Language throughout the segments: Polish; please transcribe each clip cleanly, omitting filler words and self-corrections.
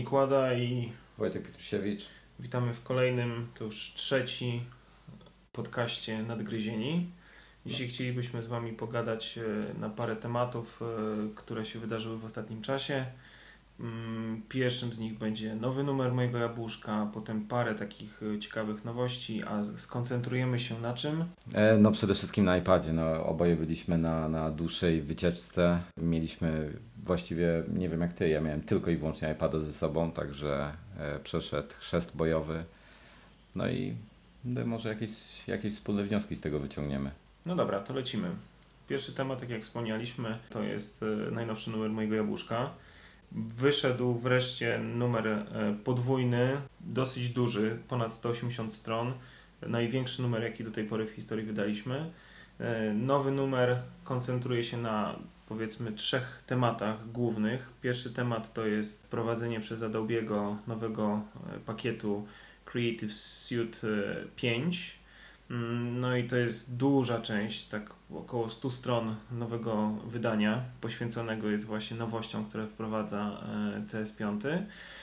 Dominik Łada i Wojtek Pietrusiewicz. witamy w kolejnym, to już trzeci podcaście Nadgryzieni. Dzisiaj chcielibyśmy z Wami pogadać na parę tematów, które się wydarzyły w ostatnim czasie. Pierwszym z nich będzie nowy numer Mojego Jabłuszka, potem parę takich ciekawych nowości, a skoncentrujemy się na czym? No przede wszystkim na iPadzie. No, oboje byliśmy na dłuższej wycieczce. Mieliśmy właściwie, nie wiem jak Ty, ja miałem tylko i wyłącznie iPada ze sobą, także przeszedł chrzest bojowy. No i może jakieś wspólne wnioski z tego wyciągniemy. No dobra, to lecimy. Pierwszy temat, tak jak wspomnieliśmy, to jest najnowszy numer Mojego Jabłuszka. Wyszedł wreszcie numer podwójny, dosyć duży, ponad 180 stron. Największy numer, jaki do tej pory w historii wydaliśmy. Nowy numer koncentruje się na, powiedzmy, 3 tematach głównych. Pierwszy temat to jest wprowadzenie przez Adobe'ego nowego pakietu Creative Suite 5. No i to jest duża część, tak około 100 stron nowego wydania, poświęconego jest właśnie nowościom, które wprowadza CS5.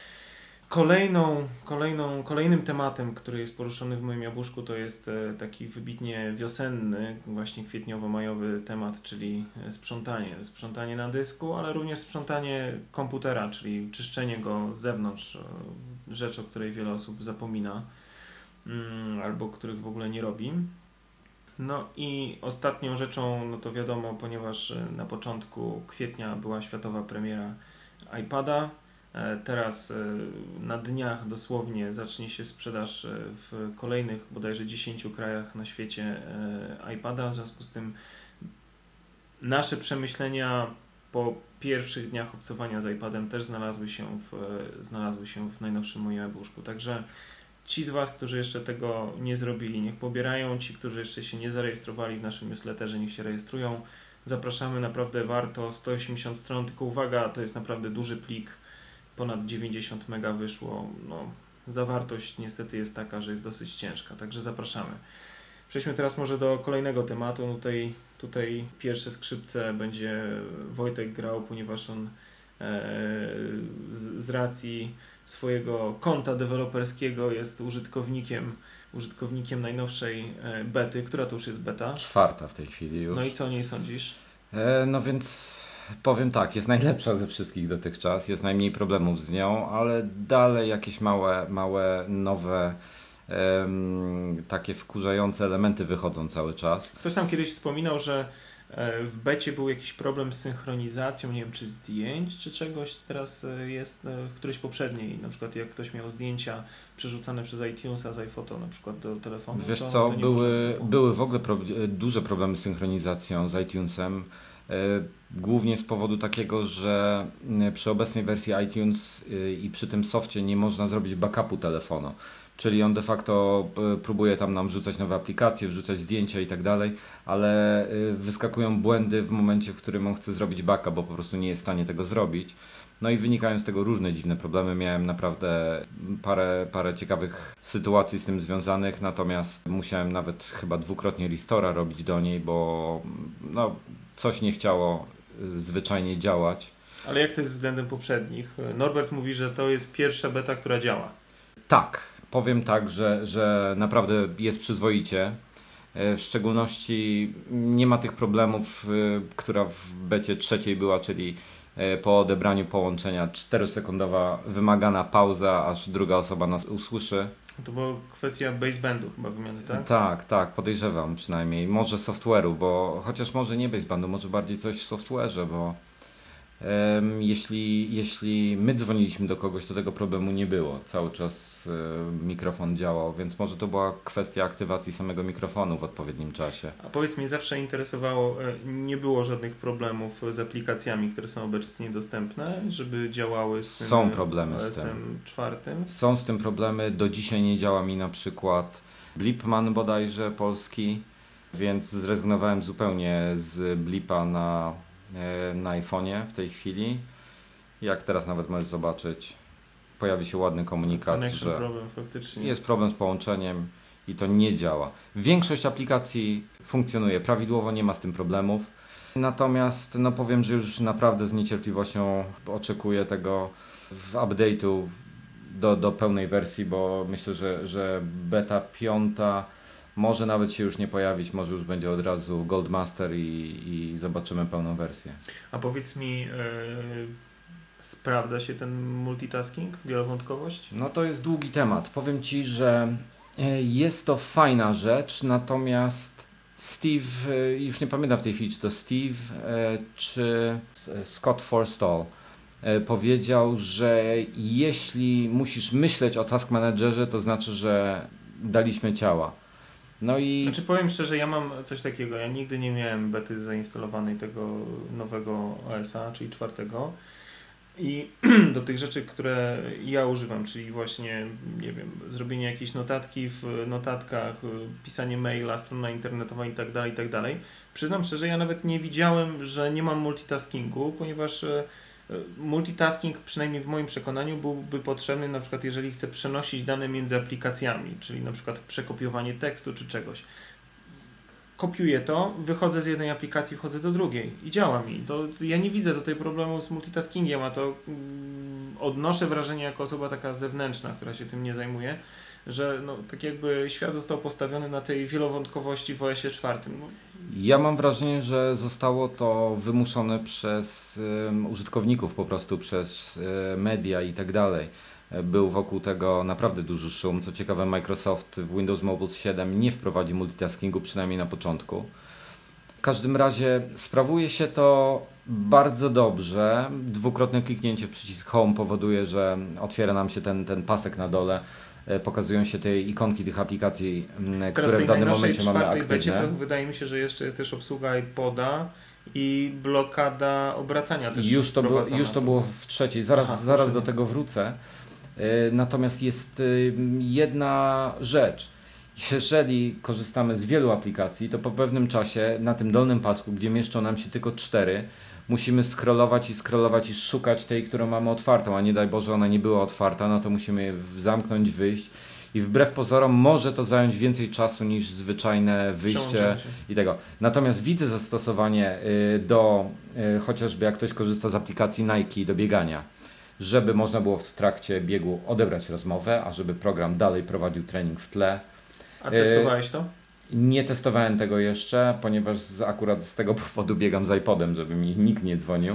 Kolejnym tematem, który jest poruszony w moim jabłuszku, to jest taki wybitnie wiosenny, właśnie kwietniowo-majowy temat, czyli sprzątanie na dysku, ale również sprzątanie komputera, czyli czyszczenie go z zewnątrz, rzecz, o której wiele osób zapomina albo których w ogóle nie robi. No i ostatnią rzeczą, no to wiadomo, ponieważ na początku kwietnia była światowa premiera iPada, teraz na dniach dosłownie zacznie się sprzedaż w kolejnych bodajże 10 krajach na świecie iPada, w związku z tym nasze przemyślenia po pierwszych dniach obcowania z iPadem też znalazły się w najnowszym moim jabłuszku, także ci z Was, którzy jeszcze tego nie zrobili, niech pobierają. Ci, którzy jeszcze się nie zarejestrowali w naszym newsletterze, niech się rejestrują. Zapraszamy, naprawdę warto. 180 stron, tylko uwaga, to jest naprawdę duży plik. Ponad 90 mega wyszło. No, zawartość niestety jest taka, że jest dosyć ciężka, także zapraszamy. Przejdźmy teraz może do kolejnego tematu. No tutaj pierwsze skrzypce będzie Wojtek grał, ponieważ on z racji swojego konta deweloperskiego jest użytkownikiem najnowszej bety. Która to już jest beta? 4. w tej chwili już. No i co o niej sądzisz? No więc powiem tak, jest najlepsza ze wszystkich dotychczas, jest najmniej problemów z nią, ale dalej jakieś małe nowe takie wkurzające elementy wychodzą cały czas. Ktoś tam kiedyś wspominał, że w becie był jakiś problem z synchronizacją, nie wiem czy zdjęć, czy czegoś. Teraz jest w którejś poprzedniej, na przykład jak ktoś miał zdjęcia przerzucane przez iTunesa z iPhoto na przykład do telefonu. Wiesz co, były w ogóle duże problemy z synchronizacją z iTunesem. Głównie z powodu takiego, że przy obecnej wersji iTunes i przy tym softie nie można zrobić backupu telefonu. Czyli on de facto próbuje tam nam wrzucać nowe aplikacje, wrzucać zdjęcia i tak dalej, ale wyskakują błędy w momencie, w którym on chce zrobić backup, bo po prostu nie jest w stanie tego zrobić. No i wynikają z tego różne dziwne problemy. Miałem naprawdę parę ciekawych sytuacji z tym związanych, natomiast musiałem nawet chyba 2-krotnie restora robić do niej, bo no, coś nie chciało zwyczajnie działać. Ale jak to jest względem poprzednich? Norbert mówi, że to jest pierwsza beta, która działa. Tak. Powiem tak, że naprawdę jest przyzwoicie. W szczególności nie ma tych problemów, która w becie 3 była, czyli po odebraniu połączenia 4-sekundowa wymagana pauza, aż druga osoba nas usłyszy. To była kwestia basebandu chyba wymiany, tak? Tak, podejrzewam przynajmniej. Może software'u, bo chociaż może nie basebandu, może bardziej coś w software'ze, bo jeśli my dzwoniliśmy do kogoś, to tego problemu nie było. Cały czas mikrofon działał, więc może to była kwestia aktywacji samego mikrofonu w odpowiednim czasie. A powiedz mi, zawsze interesowało, nie było żadnych problemów z aplikacjami, które są obecnie dostępne, żeby działały z tym Są problemy OS-em 4? Są z tym problemy. Do dzisiaj nie działa mi na przykład Blipman bodajże polski, więc zrezygnowałem zupełnie z Blipa na iPhone'ie w tej chwili. Jak teraz nawet możesz zobaczyć, pojawi się ładny komunikat, że problem, faktycznie. Jest problem z połączeniem i to nie działa. Większość aplikacji funkcjonuje prawidłowo, nie ma z tym problemów. Natomiast no powiem, że już naprawdę z niecierpliwością oczekuję tego w update'u do pełnej wersji, bo myślę, że beta 5 może nawet się już nie pojawić, może już będzie od razu Goldmaster i zobaczymy pełną wersję. A powiedz mi, sprawdza się ten multitasking, wielowątkowość? No to jest długi temat. Powiem Ci, że jest to fajna rzecz, natomiast Steve, już nie pamiętam w tej chwili, czy to Steve, czy Scott Forstall, powiedział, że jeśli musisz myśleć o Task Managerze, to znaczy, że daliśmy ciała. No i... Znaczy powiem szczerze, ja mam coś takiego, ja nigdy nie miałem bety zainstalowanej tego nowego OS-a, czyli 4. I do tych rzeczy, które ja używam, czyli właśnie, nie wiem, zrobienie jakiejś notatki w notatkach, pisanie maila, strona internetowa i tak dalej, przyznam szczerze, ja nawet nie widziałem, że nie mam multitaskingu, ponieważ multitasking, przynajmniej w moim przekonaniu, byłby potrzebny na przykład jeżeli chcę przenosić dane między aplikacjami, czyli na przykład przekopiowanie tekstu czy czegoś. Kopiuję to, wychodzę z jednej aplikacji, wchodzę do drugiej i działa mi. To ja nie widzę tutaj problemu z multitaskingiem, a to odnoszę wrażenie jako osoba taka zewnętrzna, która się tym nie zajmuje, że no, tak jakby świat został postawiony na tej wielowątkowości w OS-ie 4. No. Ja mam wrażenie, że zostało to wymuszone przez użytkowników po prostu, przez media i tak dalej. Był wokół tego naprawdę duży szum. Co ciekawe, Microsoft w Windows Mobile 7 nie wprowadzi multitaskingu, przynajmniej na początku. W każdym razie sprawuje się to bardzo dobrze. Dwukrotne kliknięcie w przycisk Home powoduje, że otwiera nam się ten pasek na dole. Pokazują się te ikonki tych aplikacji, które w danym momencie mamy aktywne. To wydaje mi się, że jeszcze jest też obsługa iPoda i blokada obracania też. Już to było w 3. Zaraz do tego wrócę. Natomiast jest jedna rzecz. Jeżeli korzystamy z wielu aplikacji, to po pewnym czasie na tym dolnym pasku, gdzie mieszczą nam się tylko 4, musimy scrollować i szukać tej, którą mamy otwartą, a nie daj Boże ona nie była otwarta, no to musimy je zamknąć, wyjść i wbrew pozorom może to zająć więcej czasu niż zwyczajne wyjście i tego. Natomiast widzę zastosowanie do chociażby jak ktoś korzysta z aplikacji Nike do biegania, żeby można było w trakcie biegu odebrać rozmowę, a żeby program dalej prowadził trening w tle. A testowałeś to? Nie testowałem tego jeszcze, ponieważ akurat z tego powodu biegam z iPodem, żeby mi nikt nie dzwonił.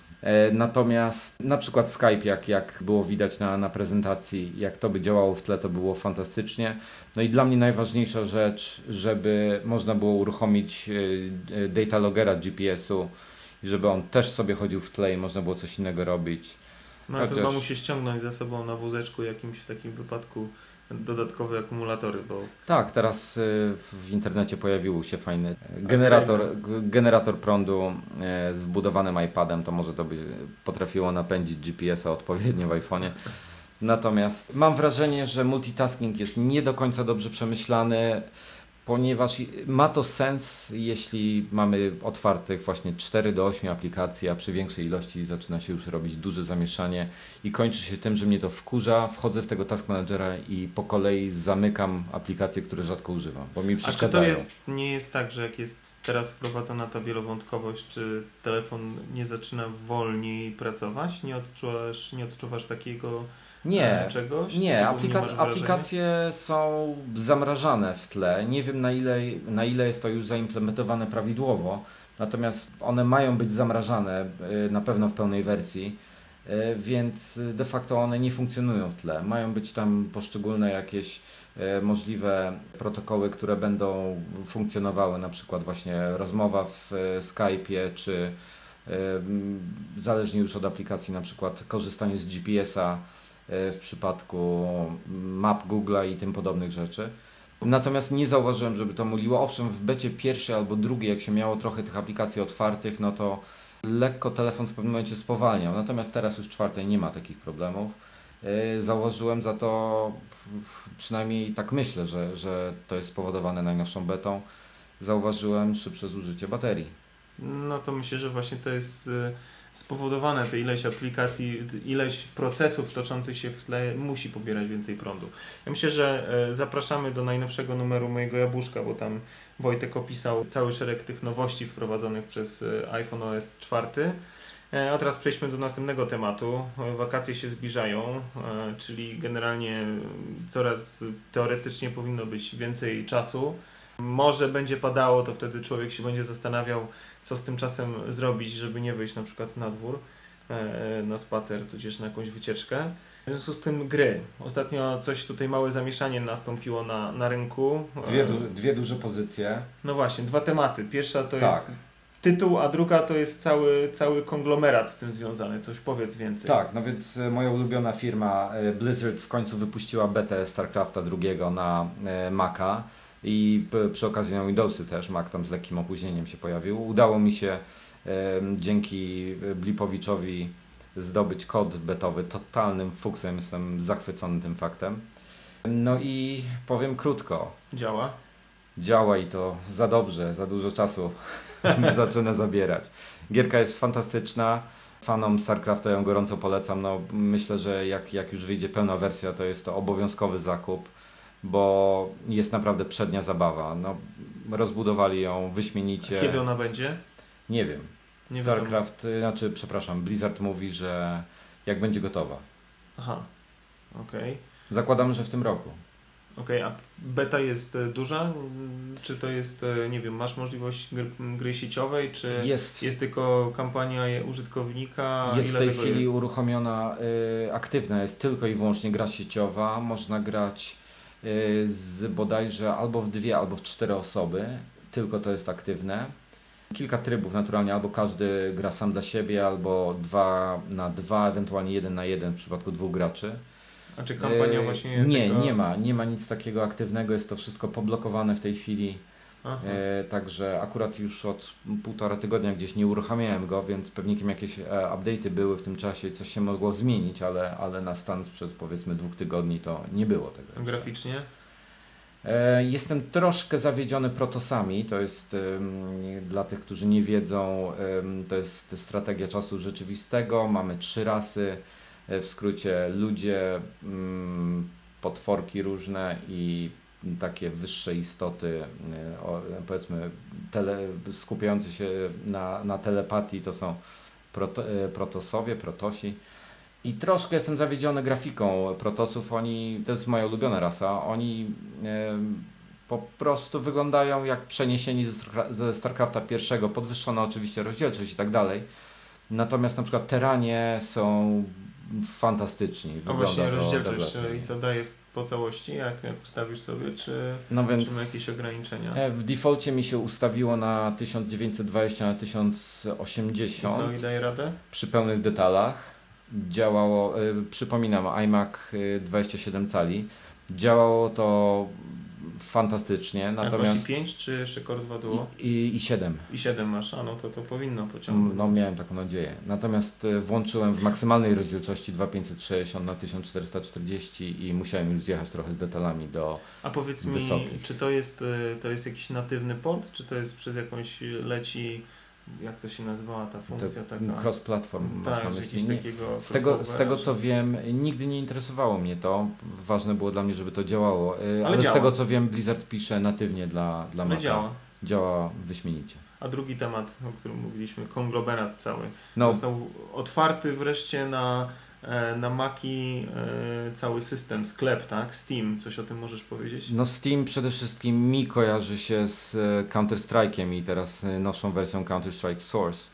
Natomiast na przykład Skype, jak było widać na prezentacji, jak to by działało w tle, to było fantastycznie. No i dla mnie najważniejsza rzecz, żeby można było uruchomić data loggera GPS-u i żeby on też sobie chodził w tle i można było coś innego robić. No ale to chyba musi ściągnąć ze sobą na wózeczku jakimś w takim wypadku dodatkowe akumulatory, bo... Tak, teraz w internecie pojawił się fajny generator prądu z wbudowanym iPadem, to może to by potrafiło napędzić GPS-a odpowiednio w iPhone'ie. Natomiast mam wrażenie, że multitasking jest nie do końca dobrze przemyślany, ponieważ ma to sens, jeśli mamy otwartych właśnie 4 do 8 aplikacji, a przy większej ilości zaczyna się już robić duże zamieszanie i kończy się tym, że mnie to wkurza, wchodzę w tego Task Managera i po kolei zamykam aplikacje, które rzadko używam, bo mi przeszkadzają. A czy to nie jest tak, że jak jest teraz wprowadzona ta wielowątkowość, czy telefon nie zaczyna wolniej pracować? Nie odczuwasz takiego... czegoś? Nie, aplikacje są zamrażane w tle. Nie wiem na ile jest to już zaimplementowane prawidłowo, natomiast one mają być zamrażane na pewno w pełnej wersji, więc de facto one nie funkcjonują w tle. Mają być tam poszczególne jakieś możliwe protokoły, które będą funkcjonowały, na przykład właśnie rozmowa w Skype'ie, czy zależnie już od aplikacji, na przykład korzystanie z GPS-a w przypadku map Google'a i tym podobnych rzeczy. Natomiast nie zauważyłem, żeby to myliło. Owszem, w becie 1. albo 2, jak się miało trochę tych aplikacji otwartych, no to lekko telefon w pewnym momencie spowalniał. Natomiast teraz już w 4. nie ma takich problemów. Zauważyłem za to, przynajmniej tak myślę, że to jest spowodowane najnowszą betą, zauważyłem szybsze zużycie baterii. No to myślę, że właśnie to jest spowodowane, te ileś aplikacji, ileś procesów toczących się w tle musi pobierać więcej prądu. Ja myślę, że zapraszamy do najnowszego numeru mojego Jabłuszka, bo tam Wojtek opisał cały szereg tych nowości wprowadzonych przez iPhone OS 4. A teraz przejdźmy do następnego tematu. Wakacje się zbliżają, czyli generalnie coraz teoretycznie powinno być więcej czasu. Może będzie padało, to wtedy człowiek się będzie zastanawiał, co z tym czasem zrobić, żeby nie wyjść na przykład na dwór, na spacer, tudzież na jakąś wycieczkę. W związku z tym gry. Ostatnio coś tutaj małe zamieszanie nastąpiło na rynku. Dwie duże pozycje. No właśnie, dwa tematy. Pierwsza to Tak. jest tytuł, a druga to jest cały konglomerat z tym związany. Coś powiedz więcej. Tak, no więc moja ulubiona firma Blizzard w końcu wypuściła betę StarCrafta II na Maca i przy okazji na Windowsy też, Mac tam z lekkim opóźnieniem się pojawił. Udało mi się dzięki Blipowiczowi zdobyć kod betowy totalnym fuksem, jestem zachwycony tym faktem. No i powiem krótko. Działa? Działa i to za dobrze, za dużo czasu zaczyna zabierać. Gierka jest fantastyczna, fanom StarCrafta ją gorąco polecam. No, myślę, że jak już wyjdzie pełna wersja, to jest to obowiązkowy zakup, bo jest naprawdę przednia zabawa. No, rozbudowali ją wyśmienicie. A kiedy ona będzie? Nie wiem. Nie StarCraft, przepraszam, Blizzard mówi, że jak będzie gotowa. Aha, okej. Zakładamy, że w tym roku. Okej, a beta jest duża? Czy to jest, nie wiem, masz możliwość gry sieciowej, czy jest tylko kampania użytkownika? Jest Ile w tej tego chwili jest? uruchomiona, aktywna jest tylko i wyłącznie gra sieciowa. Można grać z bodajże albo w 2, albo w 4 osoby. Tylko to jest aktywne. Kilka trybów naturalnie, albo każdy gra sam dla siebie, albo 2-2, ewentualnie 1-1 w przypadku 2 graczy. A czy kampania właśnie... Nie ma nic takiego aktywnego, jest to wszystko poblokowane w tej chwili. Także akurat już od 1,5 tygodnia gdzieś nie uruchamiałem go, więc pewnie jakieś update'y były w tym czasie, coś się mogło zmienić, ale na stan sprzed powiedzmy 2 tygodni to nie było tego. A graficznie? Jestem troszkę zawiedziony Protosami, to jest dla tych, którzy nie wiedzą, to jest strategia czasu rzeczywistego, mamy 3 rasy, w skrócie ludzie, potworki różne i takie wyższe istoty, powiedzmy skupiające się na telepatii, to są protosowie, protosi. I troszkę jestem zawiedziony grafiką protosów, to jest moja ulubiona rasa, oni po prostu wyglądają jak przeniesieni ze StarCrafta I, podwyższona oczywiście rozdzielczość i tak dalej. Natomiast na przykład teranie są fantastyczni. A właśnie rozdzielczość i co daje po całości, jak ustawisz sobie, czy ma jakieś ograniczenia? W defaulcie mi się ustawiło na 1920 na 1080. I co, i daje radę? Przy pełnych detalach. Działało, przypominam, iMac 27 cali. Działało to fantastycznie. Natomiast masz i 5 czy Shekor 2 Duo? I 7. I 7 masz, a no to powinno pociągnąć. No miałem taką nadzieję. Natomiast włączyłem w maksymalnej rozdzielczości 2560 na 1440 i musiałem już zjechać trochę z detalami do A powiedz wysokich. Mi, czy to jest jakiś natywny port, czy to jest przez jakąś leci, jak to się nazywała ta funkcja taka? Cross-platform masz na myśli? Z tego co wiem, nigdy nie interesowało mnie to. Ważne było dla mnie, żeby to działało. Ale z tego co wiem, Blizzard pisze natywnie dla Maca. Działa wyśmienicie. A drugi temat, o którym mówiliśmy, konglomerat cały. Został otwarty wreszcie na Maci cały system, sklep, tak? Steam, coś o tym możesz powiedzieć? No Steam przede wszystkim mi kojarzy się z Counter-Strike'iem i teraz nowszą wersją Counter-Strike Source.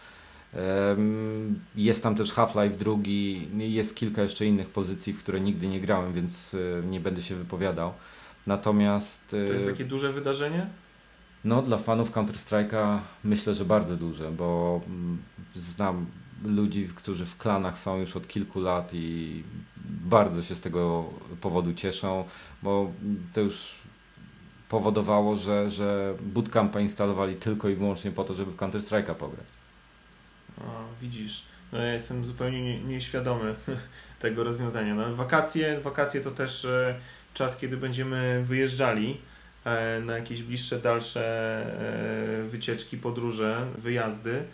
Jest tam też Half-Life 2, jest kilka jeszcze innych pozycji, w które nigdy nie grałem, więc nie będę się wypowiadał. Natomiast... To jest takie duże wydarzenie? No dla fanów Counter-Strike'a myślę, że bardzo duże, bo znam ludzi, którzy w klanach są już od kilku lat i bardzo się z tego powodu cieszą, bo to już powodowało, że bootcampa instalowali tylko i wyłącznie po to, żeby w Counter-Strike'a pograć. Widzisz, no ja jestem zupełnie nieświadomy tego rozwiązania. No, wakacje to też czas, kiedy będziemy wyjeżdżali na jakieś bliższe, dalsze wycieczki, podróże, wyjazdy.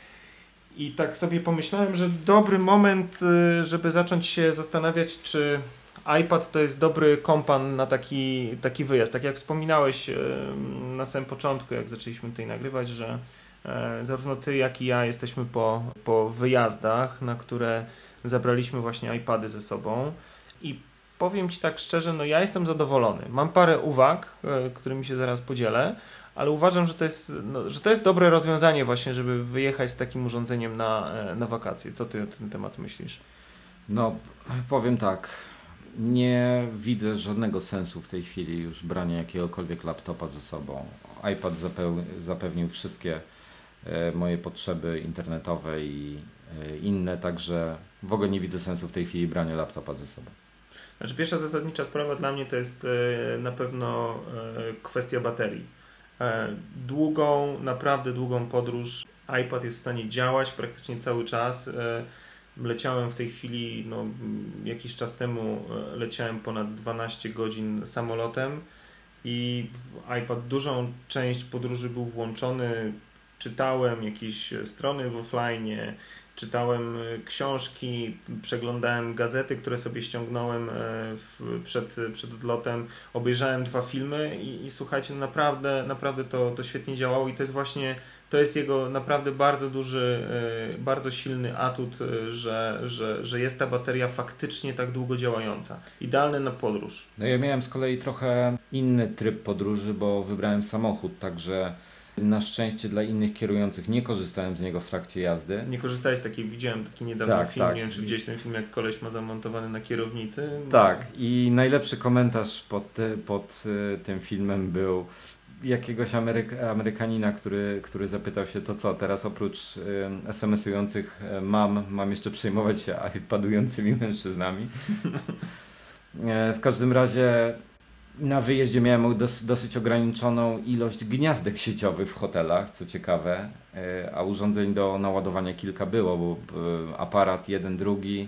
I tak sobie pomyślałem, że dobry moment, żeby zacząć się zastanawiać, czy iPad to jest dobry kompan na taki wyjazd. Tak jak wspominałeś na samym początku, jak zaczęliśmy tutaj nagrywać, że Zarówno ty, jak i ja jesteśmy po wyjazdach, na które zabraliśmy właśnie iPady ze sobą i powiem ci tak szczerze, no ja jestem zadowolony. Mam parę uwag, którymi się zaraz podzielę, ale uważam, że to jest dobre rozwiązanie właśnie, żeby wyjechać z takim urządzeniem na wakacje. Co ty na ten temat myślisz? No, powiem tak, nie widzę żadnego sensu w tej chwili już brania jakiegokolwiek laptopa ze sobą. iPad zapewnił wszystkie moje potrzeby internetowe i inne, także w ogóle nie widzę sensu w tej chwili brania laptopa ze sobą. Znaczy, pierwsza zasadnicza sprawa dla mnie to jest na pewno kwestia baterii. Naprawdę długą podróż iPad jest w stanie działać praktycznie cały czas. Leciałem w tej chwili, no, jakiś czas temu leciałem ponad 12 godzin samolotem i iPad dużą część podróży był włączony. Czytałem jakieś strony w offline, czytałem książki, przeglądałem gazety, które sobie ściągnąłem przed odlotem, obejrzałem 2 filmy i słuchajcie, naprawdę to świetnie działało i to jest właśnie, to jest jego naprawdę bardzo duży, bardzo silny atut, że jest ta bateria faktycznie tak długo działająca. Idealne na podróż. No ja miałem z kolei trochę inny tryb podróży, bo wybrałem samochód, także na szczęście dla innych kierujących nie korzystałem z niego w trakcie jazdy. Nie korzystałeś z takiej, widziałem taki niedawny film, tak. Nie wiem czy widziałeś ten film, jak koleś ma zamontowany na kierownicy. Tak, i najlepszy komentarz pod tym filmem był jakiegoś Amerykanina, który zapytał się, to co, teraz oprócz SMS-ujących mam jeszcze przejmować się iPadującymi mężczyznami. W każdym razie na wyjeździe miałem dosyć ograniczoną ilość gniazdek sieciowych w hotelach, co ciekawe, a urządzeń do naładowania kilka było, bo aparat jeden, drugi,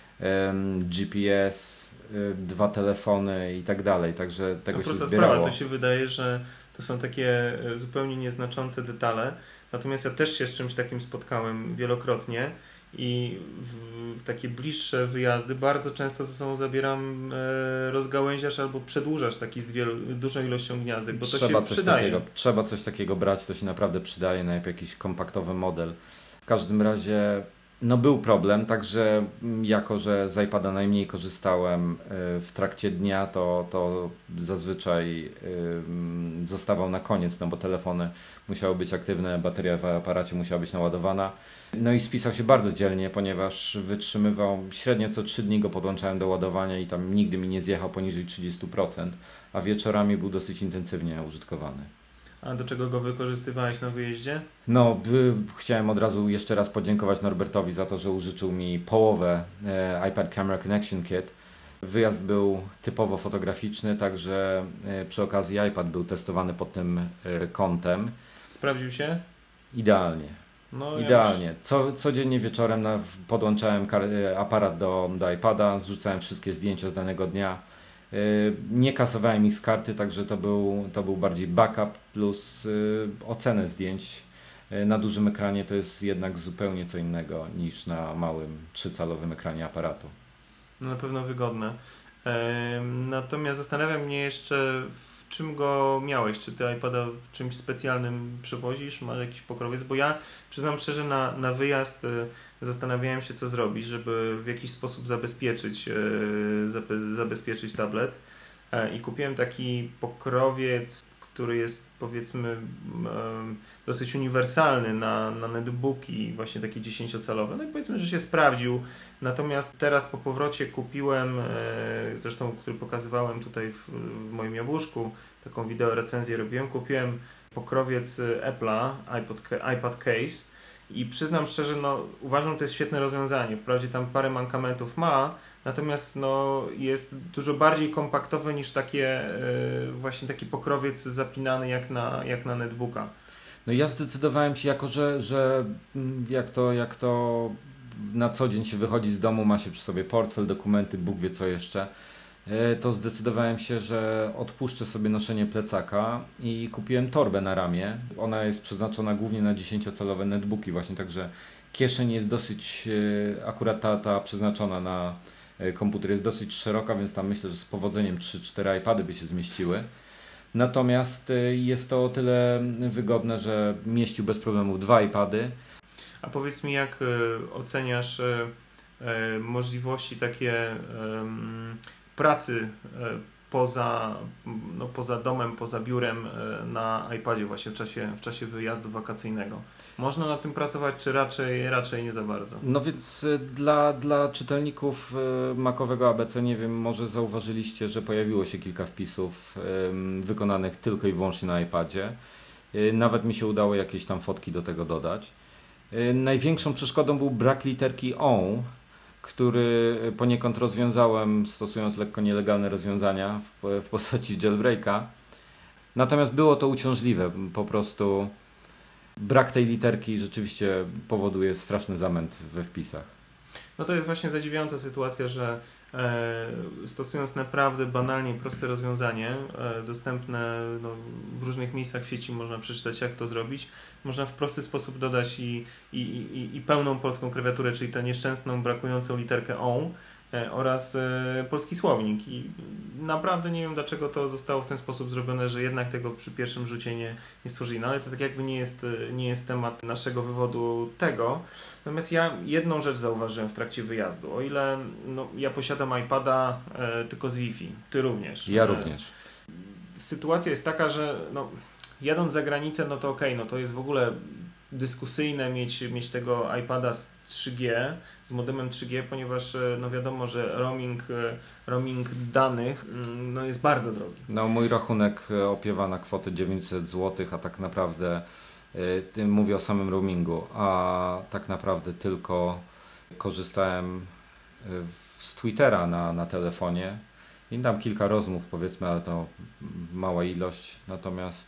GPS, 2 telefony i tak dalej, także tego się prosta zbierało. sprawa, to się wydaje, że to są takie zupełnie nieznaczące detale, natomiast ja też się z czymś takim spotkałem wielokrotnie i w takie bliższe wyjazdy bardzo często ze sobą zabieram rozgałęziarz albo przedłużacz taki z dużą ilością gniazdek, bo to się przydaje. Trzeba coś takiego brać, to się naprawdę przydaje, najlepiej jakiś kompaktowy model. W każdym razie no był problem, także jako, że z iPada najmniej korzystałem w trakcie dnia, to zazwyczaj zostawał na koniec, no bo telefony musiały być aktywne, bateria w aparacie musiała być naładowana. No i spisał się bardzo dzielnie, ponieważ wytrzymywał średnio co 3 dni go podłączałem do ładowania i tam nigdy mi nie zjechał poniżej 30%, a wieczorami był dosyć intensywnie użytkowany. A do czego go wykorzystywałeś na wyjeździe? No, chciałem od razu jeszcze raz podziękować Norbertowi za to, że użyczył mi połowę iPad Camera Connection Kit. Wyjazd był typowo fotograficzny, także przy okazji iPad był testowany pod tym kątem. Sprawdził się? Idealnie. No, Idealnie. Codziennie wieczorem podłączałem aparat do iPada, zrzucałem wszystkie zdjęcia z danego dnia. Nie kasowałem ich z karty, także to był bardziej backup plus ocenę zdjęć. Na dużym ekranie to jest jednak zupełnie co innego niż na małym 3-calowym ekranie aparatu. No, na pewno wygodne. Natomiast zastanawia mnie jeszcze, w czym go miałeś? Czy ty iPada w czymś specjalnym przewozisz? Masz jakiś pokrowiec? Bo ja przyznam szczerze, na wyjazd zastanawiałem się, co zrobić, żeby w jakiś sposób zabezpieczyć tablet. I kupiłem taki pokrowiec, który jest, powiedzmy, dosyć uniwersalny na netbooki, właśnie takie 10-calowe. No i powiedzmy, że się sprawdził. Natomiast teraz po powrocie kupiłem, zresztą który pokazywałem tutaj w moim jabłuszku, taką wideo recenzję robiłem, kupiłem pokrowiec Apple'a, iPad Case i przyznam szczerze, no uważam, że to jest świetne rozwiązanie. Wprawdzie tam parę mankamentów ma, natomiast no, jest dużo bardziej kompaktowy niż właśnie taki pokrowiec zapinany jak na netbooka. No ja zdecydowałem się, jako że jak to na co dzień się wychodzi z domu, ma się przy sobie portfel, dokumenty, Bóg wie co jeszcze, to zdecydowałem się, że odpuszczę sobie noszenie plecaka i kupiłem torbę na ramię. Ona jest przeznaczona głównie na 10-calowe netbooki właśnie, także kieszeń jest dosyć, akurat ta przeznaczona na komputer jest dosyć szeroka, więc tam myślę, że z powodzeniem 3-4 iPady by się zmieściły. Natomiast jest to o tyle wygodne, że mieścił bez problemu 2 iPady. A powiedz mi, jak oceniasz możliwości takie pracy poza domem, poza biurem na iPadzie właśnie w czasie wyjazdu wakacyjnego. Można nad tym pracować, czy raczej nie za bardzo? No więc dla czytelników Macowego ABC, nie wiem, może zauważyliście, że pojawiło się kilka wpisów wykonanych tylko i wyłącznie na iPadzie. Nawet mi się udało jakieś tam fotki do tego dodać. Największą przeszkodą był brak literki O, który poniekąd rozwiązałem, stosując lekko nielegalne rozwiązania w postaci jailbreaka. Natomiast było to uciążliwe, po prostu brak tej literki rzeczywiście powoduje straszny zamęt we wpisach. No to jest właśnie zadziwiająca sytuacja, że stosując naprawdę banalnie i proste rozwiązanie, dostępne w różnych miejscach w sieci, można przeczytać, jak to zrobić, można w prosty sposób dodać i pełną polską klawiaturę, czyli tę nieszczęsną, brakującą literkę O, oraz polski słownik. I naprawdę nie wiem, dlaczego to zostało w ten sposób zrobione, że jednak tego przy pierwszym rzucie nie stworzyli. No ale to tak jakby nie jest temat naszego wywodu tego. Natomiast ja jedną rzecz zauważyłem w trakcie wyjazdu. O ile ja posiadam iPada tylko z Wi-Fi, ty również. Ja również. Sytuacja jest taka, że jadąc za granicę, to okej, to jest w ogóle dyskusyjne mieć tego iPada z 3G, z modemem 3G, ponieważ wiadomo, że roaming danych jest bardzo drogi. Mój rachunek opiewa na kwotę 900 zł, a tak naprawdę mówię o samym roamingu, a tak naprawdę tylko korzystałem z Twittera na telefonie i tam kilka rozmów, powiedzmy, ale to mała ilość, natomiast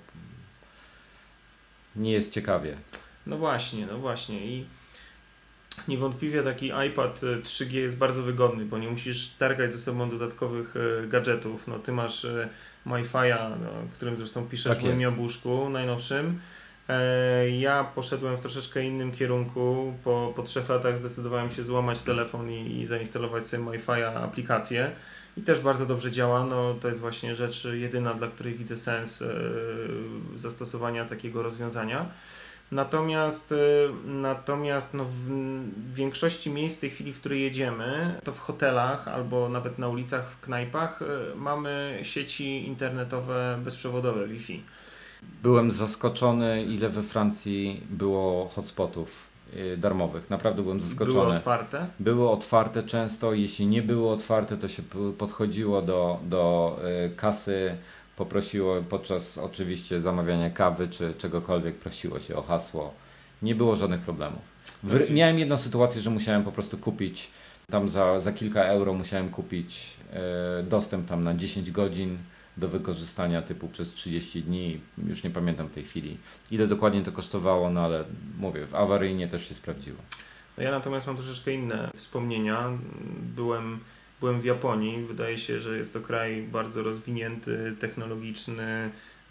nie jest ciekawie. No właśnie i niewątpliwie taki iPad 3G jest bardzo wygodny, bo nie musisz targać ze sobą dodatkowych gadżetów. Ty masz MiFi'a, którym zresztą piszesz w moim jabłuszku najnowszym. Ja poszedłem w troszeczkę innym kierunku. Po 3 latach zdecydowałem się złamać telefon i zainstalować sobie MiFi'a aplikację. I też bardzo dobrze działa. To jest właśnie rzecz jedyna, dla której widzę sens zastosowania takiego rozwiązania. Natomiast w większości miejsc w tej chwili, w której jedziemy, to w hotelach albo nawet na ulicach, w knajpach mamy sieci internetowe bezprzewodowe Wi-Fi. Byłem zaskoczony, ile we Francji było hotspotów darmowych. Naprawdę byłem zaskoczony. Były otwarte? Były otwarte często. Jeśli nie były otwarte, to się podchodziło do kasy, poprosiło podczas oczywiście zamawiania kawy czy czegokolwiek, prosiło się o hasło. Nie było żadnych problemów. Miałem jedną sytuację, że musiałem po prostu kupić, tam za kilka euro musiałem kupić dostęp tam na 10 godzin do wykorzystania typu przez 30 dni. Już nie pamiętam w tej chwili, ile dokładnie to kosztowało, ale mówię, awaryjnie też się sprawdziło. Ja natomiast mam troszeczkę inne wspomnienia. Byłem w Japonii. Wydaje się, że jest to kraj bardzo rozwinięty, technologiczny,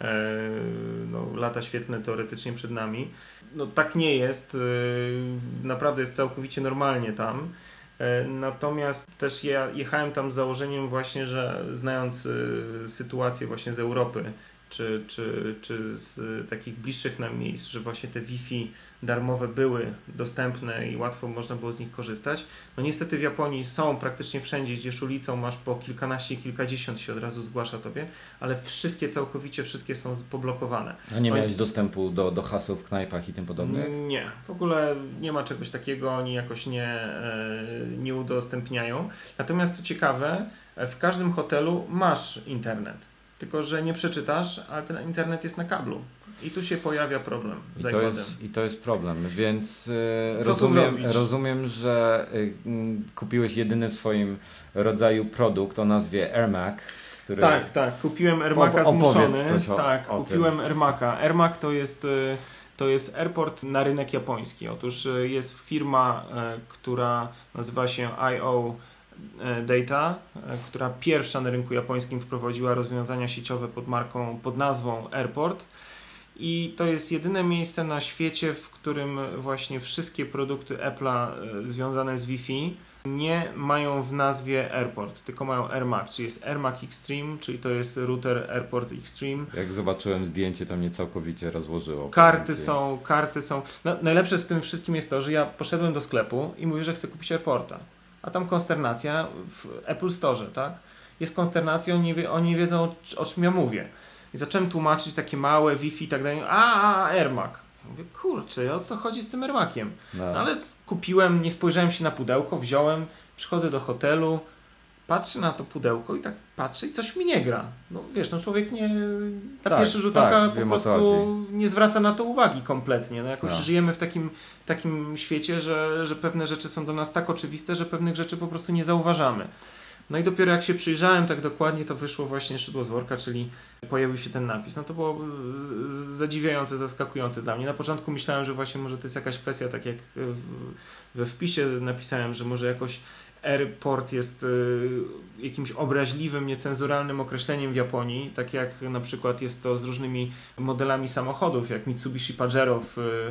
lata świetlne teoretycznie przed nami. Tak nie jest. Naprawdę jest całkowicie normalnie tam. Natomiast też ja jechałem tam z założeniem właśnie, że znając sytuację właśnie z Europy, czy z takich bliższych nam miejsc, że właśnie te Wi-Fi darmowe były dostępne i łatwo można było z nich korzystać. Niestety w Japonii są praktycznie wszędzie, idziesz ulicą, masz po kilkanaście, kilkadziesiąt się od razu zgłasza tobie, ale całkowicie wszystkie są poblokowane. A nie miałeś dostępu do haseł w knajpach i tym podobnych? Nie, w ogóle nie ma czegoś takiego, oni jakoś nie udostępniają. Natomiast co ciekawe, w każdym hotelu masz internet. Tylko że nie przeczytasz, ale ten internet jest na kablu. I tu się pojawia problem z iPadem. I to jest problem, więc rozumiem, że kupiłeś jedyny w swoim rodzaju produkt o nazwie AirMac. Który... Tak, kupiłem AirMaca zmuszony. Kupiłem AirMaca. AirMac to jest airport na rynek japoński. Otóż jest firma, która nazywa się IO Data, która pierwsza na rynku japońskim wprowadziła rozwiązania sieciowe pod nazwą Airport i to jest jedyne miejsce na świecie, w którym właśnie wszystkie produkty Apple'a związane z Wi-Fi nie mają w nazwie AirPort, tylko mają AirMac, czyli jest AirMac Extreme, czyli to jest router AirPort Extreme. Jak zobaczyłem zdjęcie, to mnie całkowicie rozłożyło. Karty są. No, najlepsze w tym wszystkim jest to, że ja poszedłem do sklepu i mówię, że chcę kupić AirPorta. A tam konsternacja w Apple Store, tak? Jest konsternacja, oni nie wiedzą o czym ja mówię. I zacząłem tłumaczyć takie małe Wi-Fi i tak dalej. AirMac. Mówię, kurczę, o co chodzi z tym AirMaciem? No, ale kupiłem, nie spojrzałem się na pudełko, wziąłem, przychodzę do hotelu, patrzę na to pudełko i tak patrzę i coś mi nie gra. No wiesz, no człowiek nie na pierwszy rzut oka po prostu nie zwraca na to uwagi kompletnie. No jakoś żyjemy w takim świecie, że pewne rzeczy są do nas tak oczywiste, że pewnych rzeczy po prostu nie zauważamy. No i dopiero jak się przyjrzałem tak dokładnie, to wyszło właśnie szydło z worka, czyli pojawił się ten napis. No to było zadziwiające, zaskakujące dla mnie. Na początku myślałem, że właśnie może to jest jakaś kwestia, tak jak we wpisie napisałem, że może jakoś AirPort jest jakimś obraźliwym, niecenzuralnym określeniem w Japonii, tak jak na przykład jest to z różnymi modelami samochodów, jak Mitsubishi Pajero,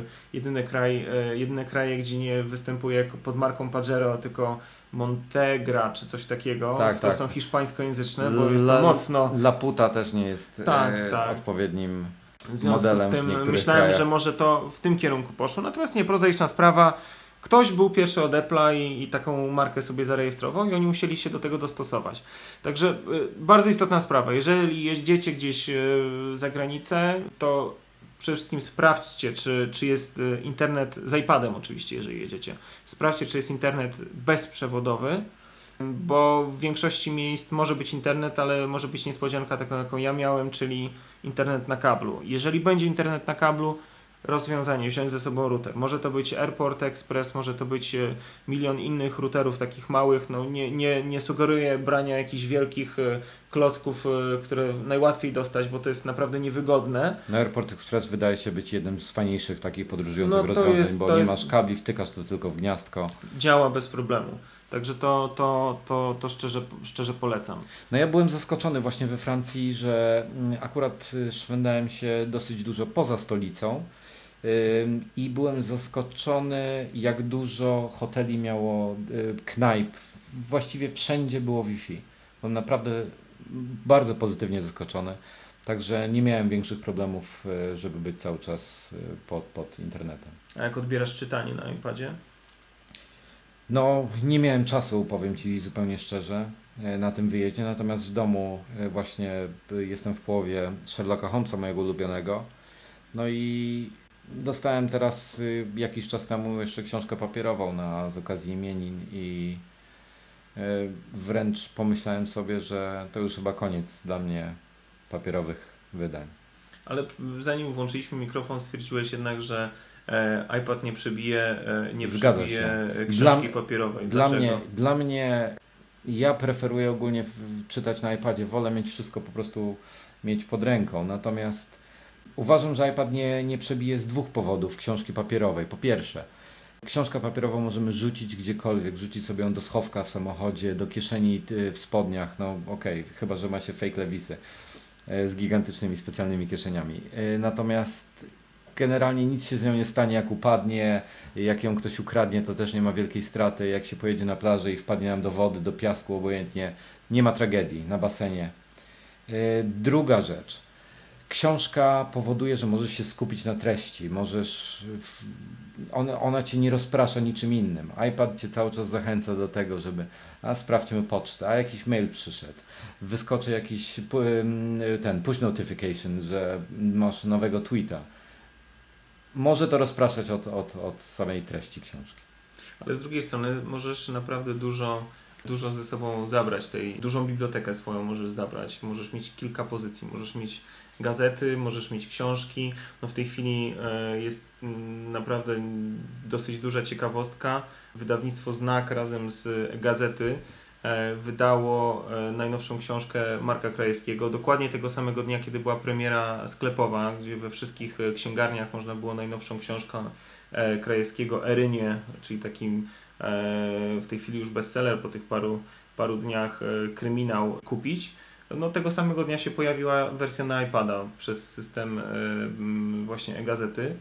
jedyne kraje, gdzie nie występuje pod marką Pajero, tylko Montegra czy coś takiego, to są hiszpańskojęzyczne, bo jest to mocno... Laputa też nie jest odpowiednim w związku modelem z tym w niektórych myślałem, krajach. że może to w tym kierunku poszło, natomiast nie, prozaiczna sprawa. Ktoś był pierwszy od Apple'a i taką markę sobie zarejestrował i oni musieli się do tego dostosować. Także bardzo istotna sprawa. Jeżeli jedziecie gdzieś za granicę, to przede wszystkim sprawdźcie, czy jest internet, z iPadem oczywiście, jeżeli jedziecie. Sprawdźcie, czy jest internet bezprzewodowy, bo w większości miejsc może być internet, ale może być niespodzianka taką, jaką ja miałem, czyli internet na kablu. Jeżeli będzie internet na kablu, rozwiązanie, wziąć ze sobą router. Może to być AirPort Express, może to być milion innych routerów takich małych. No nie sugeruję brania jakichś wielkich klocków, które najłatwiej dostać, bo to jest naprawdę niewygodne. No AirPort Express wydaje się być jednym z fajniejszych takich podróżujących rozwiązań, bo nie masz kabli, wtykasz to tylko w gniazdko. Działa bez problemu. Także to szczerze polecam. No ja byłem zaskoczony właśnie we Francji, że akurat szwendałem się dosyć dużo poza stolicą i byłem zaskoczony, jak dużo hoteli miało knajp. Właściwie wszędzie było Wi-Fi. Byłem naprawdę bardzo pozytywnie zaskoczony. Także nie miałem większych problemów, żeby być cały czas pod internetem. A jak odbierasz czytanie na iPadzie? No, nie miałem czasu, powiem Ci zupełnie szczerze, na tym wyjeździe, natomiast w domu właśnie jestem w połowie Sherlocka Holmesa, mojego ulubionego. No i dostałem teraz jakiś czas temu jeszcze książkę papierową z okazji imienin i wręcz pomyślałem sobie, że to już chyba koniec dla mnie papierowych wydań. Ale zanim włączyliśmy mikrofon, stwierdziłeś jednak, że iPad nie przebije książki papierowej. Dla mnie ja preferuję ogólnie czytać na iPadzie. Wolę mieć wszystko po prostu mieć pod ręką. Natomiast uważam, że iPad nie przebije z dwóch powodów książki papierowej. Po pierwsze, książkę papierową możemy rzucić gdziekolwiek, rzucić sobie ją do schowka w samochodzie, do kieszeni w spodniach. No okej, chyba że ma się fake lewisy z gigantycznymi specjalnymi kieszeniami. Natomiast generalnie nic się z nią nie stanie, jak upadnie, jak ją ktoś ukradnie, to też nie ma wielkiej straty. Jak się pojedzie na plażę i wpadnie nam do wody, do piasku, obojętnie, nie ma tragedii na basenie. Druga rzecz. Książka powoduje, że możesz się skupić na treści, ona Cię nie rozprasza niczym innym. iPad Cię cały czas zachęca do tego, żeby sprawdźmy pocztę, a jakiś mail przyszedł, wyskoczy jakiś push notification, że masz nowego tweeta. Może to rozpraszać od samej treści książki. Ale z drugiej strony możesz naprawdę dużo ze sobą zabrać, dużą bibliotekę swoją możesz zabrać, możesz mieć kilka pozycji, możesz mieć gazety, możesz mieć książki. No w tej chwili jest naprawdę dosyć duża ciekawostka. Wydawnictwo Znak razem z Gazety wydało najnowszą książkę Marka Krajewskiego, dokładnie tego samego dnia, kiedy była premiera sklepowa, gdzie we wszystkich księgarniach można było najnowszą książkę Krajewskiego Erynie, czyli takim w tej chwili już bestseller po tych paru dniach kryminał kupić. No tego samego dnia się pojawiła wersja na iPada przez system właśnie e-gazety.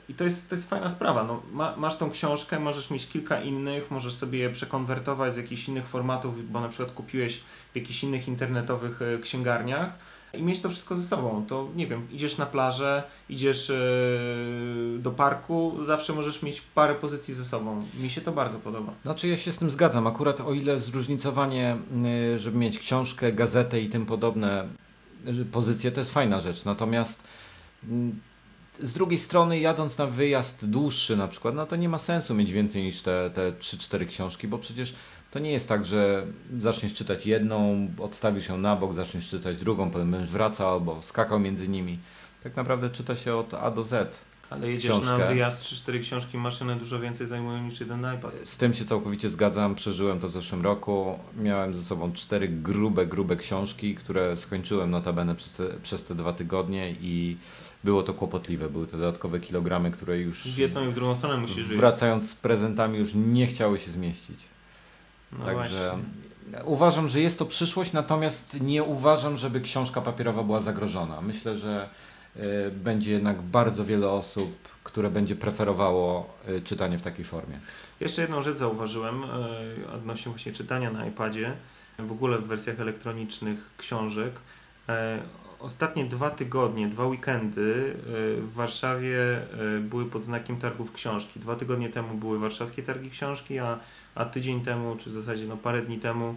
I to jest fajna sprawa. No, masz tą książkę, możesz mieć kilka innych, możesz sobie je przekonwertować z jakichś innych formatów, bo na przykład kupiłeś w jakichś innych internetowych księgarniach i mieć to wszystko ze sobą. To nie wiem, idziesz na plażę, idziesz do parku, zawsze możesz mieć parę pozycji ze sobą. Mi się to bardzo podoba. Znaczy ja się z tym zgadzam. Akurat o ile zróżnicowanie, żeby mieć książkę, gazetę i tym podobne pozycje, to jest fajna rzecz. Natomiast z drugiej strony, jadąc na wyjazd dłuższy na przykład, no to nie ma sensu mieć więcej niż te 3-4 książki, bo przecież to nie jest tak, że zaczniesz czytać jedną, odstawisz ją na bok, zaczniesz czytać drugą, potem będziesz wracał albo skakał między nimi. Tak naprawdę czyta się od A do Z. Ale jedziesz książkę. Na wyjazd 3-4 książki, maszyny dużo więcej zajmują niż jeden iPad. Z tym się całkowicie zgadzam, przeżyłem to w zeszłym roku. Miałem ze sobą 4 grube książki, które skończyłem notabene przez te 2 tygodnie i było to kłopotliwe. Były to dodatkowe kilogramy, które już w jedną i w drugą stronę musisz wyjść. Wracając z prezentami już nie chciały się zmieścić. No Także właśnie. Uważam, że jest to przyszłość, natomiast nie uważam, żeby książka papierowa była zagrożona. Myślę, że będzie jednak bardzo wiele osób, które będzie preferowało czytanie w takiej formie. Jeszcze jedną rzecz zauważyłem odnośnie właśnie czytania na iPadzie, w ogóle w wersjach elektronicznych książek. Ostatnie 2 tygodnie, 2 weekendy w Warszawie były pod znakiem targów książki. 2 tygodnie temu były warszawskie targi książki, a tydzień temu, czy w zasadzie parę dni temu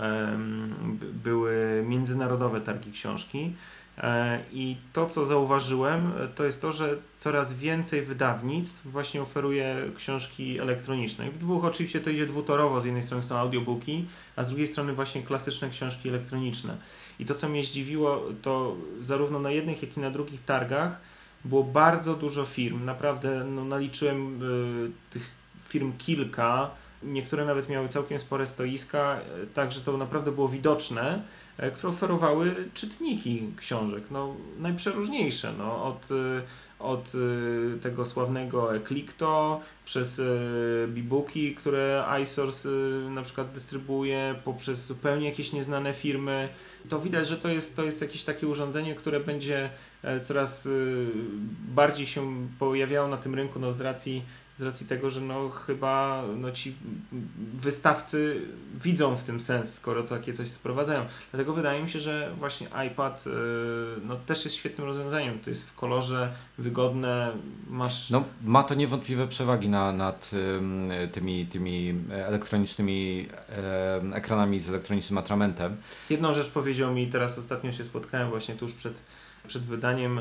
były międzynarodowe targi książki. I to, co zauważyłem, to jest to, że coraz więcej wydawnictw właśnie oferuje książki elektroniczne. I w dwóch oczywiście to idzie dwutorowo, z jednej strony są audiobooki, a z drugiej strony właśnie klasyczne książki elektroniczne. I to, co mnie zdziwiło, to zarówno na jednych, jak i na drugich targach było bardzo dużo firm. Naprawdę naliczyłem tych firm kilka, niektóre nawet miały całkiem spore stoiska, także to naprawdę było widoczne, które oferowały czytniki książek, najprzeróżniejsze, od tego sławnego Eclicto, przez Bibuki, które iSource na przykład dystrybuuje, poprzez zupełnie jakieś nieznane firmy. To widać, że to jest jakieś takie urządzenie, które będzie coraz bardziej się pojawiało na tym rynku, z racji tego, że chyba ci wystawcy widzą w tym sens, skoro takie coś sprowadzają. Dlatego wydaje mi się, że właśnie iPad też jest świetnym rozwiązaniem. To jest w kolorze, wygodne, masz... Ma to niewątpliwe przewagi nad tymi elektronicznymi ekranami z elektronicznym atramentem. Jedną rzecz powiedział mi, teraz ostatnio się spotkałem właśnie tuż przed wydaniem,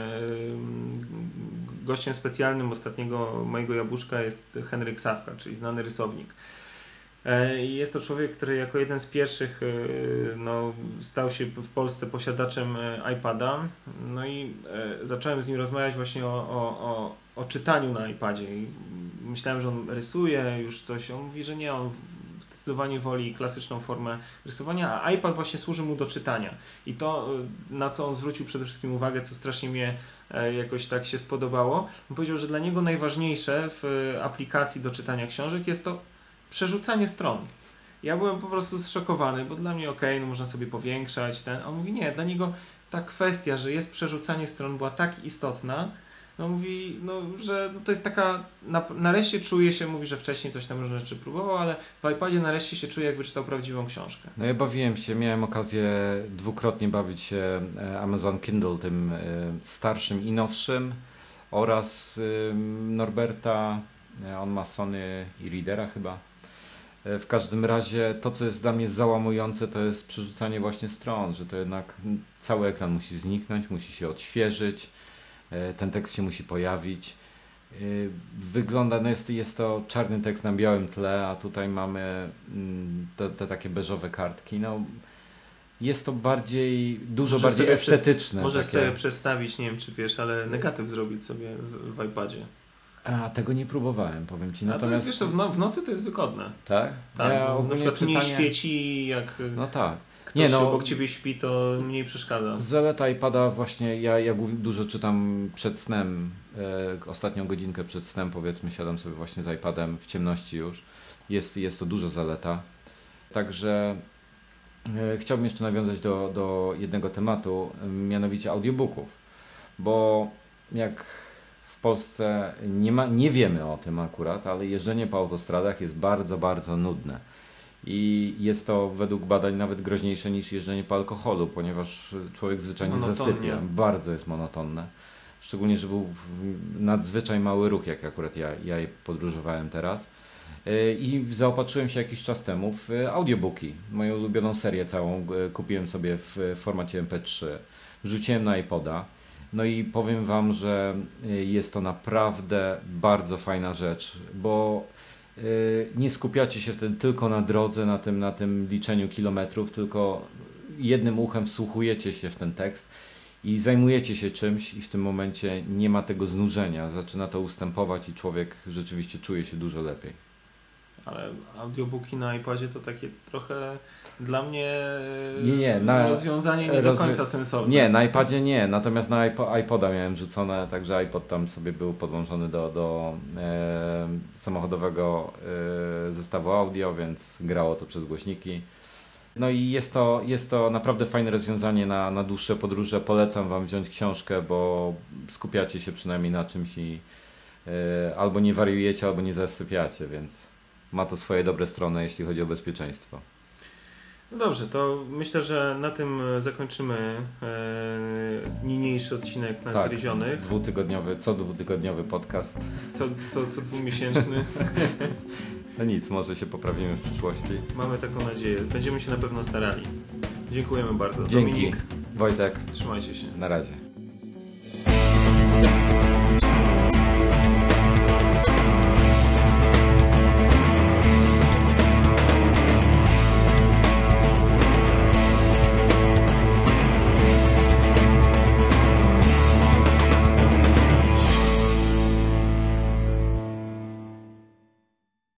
gościem specjalnym ostatniego mojego jabłuszka jest Henryk Sawka, czyli znany rysownik. Jest to człowiek, który jako jeden z pierwszych stał się w Polsce posiadaczem iPada. No i zacząłem z nim rozmawiać właśnie o czytaniu na iPadzie. I myślałem, że on rysuje już coś. On mówi, że nie, on zdecydowanie woli klasyczną formę rysowania, a iPad właśnie służy mu do czytania. I to, na co on zwrócił przede wszystkim uwagę, co strasznie mnie jakoś tak się spodobało, on powiedział, że dla niego najważniejsze w aplikacji do czytania książek jest to przerzucanie stron. Ja byłem po prostu zszokowany, bo dla mnie można sobie powiększać, a on mówi nie, dla niego ta kwestia, że jest przerzucanie stron była tak istotna, mówi, że to jest taka, nareszcie czuje się, mówi, że wcześniej coś tam różne rzeczy próbował, ale w iPadzie nareszcie się czuje, jakby czytał prawdziwą książkę. Ja bawiłem się, miałem okazję dwukrotnie bawić się Amazon Kindle, tym starszym i nowszym, oraz Norberta, on ma Sony e-readera chyba. W każdym razie to, co jest dla mnie załamujące, to jest przerzucanie właśnie stron, że to jednak cały ekran musi zniknąć, musi się odświeżyć, ten tekst się musi pojawić. Wygląda, jest to czarny tekst na białym tle, a tutaj mamy te takie beżowe kartki. Jest to dużo bardziej estetyczne. Możesz sobie przestawić, nie wiem czy wiesz, ale negatyw zrobić sobie w iPadzie. A tego nie próbowałem, powiem Ci. Natomiast to jest, wiesz, w nocy to jest wygodne. Tak? Tak, na przykład mniej świeci, jak ktoś obok Ciebie śpi, to mniej przeszkadza. Zaleta iPada właśnie, ja dużo czytam przed snem, ostatnią godzinkę przed snem powiedzmy, siadam sobie właśnie z iPadem w ciemności już. Jest to duża zaleta. Także chciałbym jeszcze nawiązać do jednego tematu, mianowicie audiobooków. Bo jak w Polsce nie wiemy o tym akurat, ale jeżdżenie po autostradach jest bardzo, bardzo nudne. I jest to według badań nawet groźniejsze niż jeżdżenie po alkoholu, ponieważ człowiek zwyczajnie zasypia. Bardzo jest monotonne. Szczególnie, że był nadzwyczaj mały ruch, jak akurat ja podróżowałem teraz. I zaopatrzyłem się jakiś czas temu w audiobooki. Moją ulubioną serię całą kupiłem sobie w formacie MP3. Wrzuciłem na iPoda. No i powiem Wam, że jest to naprawdę bardzo fajna rzecz, bo nie skupiacie się wtedy tylko na drodze, na tym liczeniu kilometrów, tylko jednym uchem wsłuchujecie się w ten tekst i zajmujecie się czymś i w tym momencie nie ma tego znużenia. Zaczyna to ustępować i człowiek rzeczywiście czuje się dużo lepiej. Ale audiobooki na iPadzie to takie trochę dla mnie rozwiązanie do końca sensowne. Nie, na iPadzie nie, natomiast na iPoda miałem rzucone, także iPod tam sobie był podłączony do samochodowego zestawu audio, więc grało to przez głośniki. No i jest to naprawdę fajne rozwiązanie na dłuższe podróże. Polecam Wam wziąć książkę, bo skupiacie się przynajmniej na czymś i albo nie wariujecie, albo nie zasypiacie, więc ma to swoje dobre strony, jeśli chodzi o bezpieczeństwo. No dobrze, to myślę, że na tym zakończymy niniejszy odcinek Nadgryzionych. Co dwutygodniowy podcast. Co dwumiesięczny. No nic, może się poprawimy w przyszłości. Mamy taką nadzieję. Będziemy się na pewno starali. Dziękujemy bardzo. Dzięki. Dominik. Wojtek. Trzymajcie się. Na razie.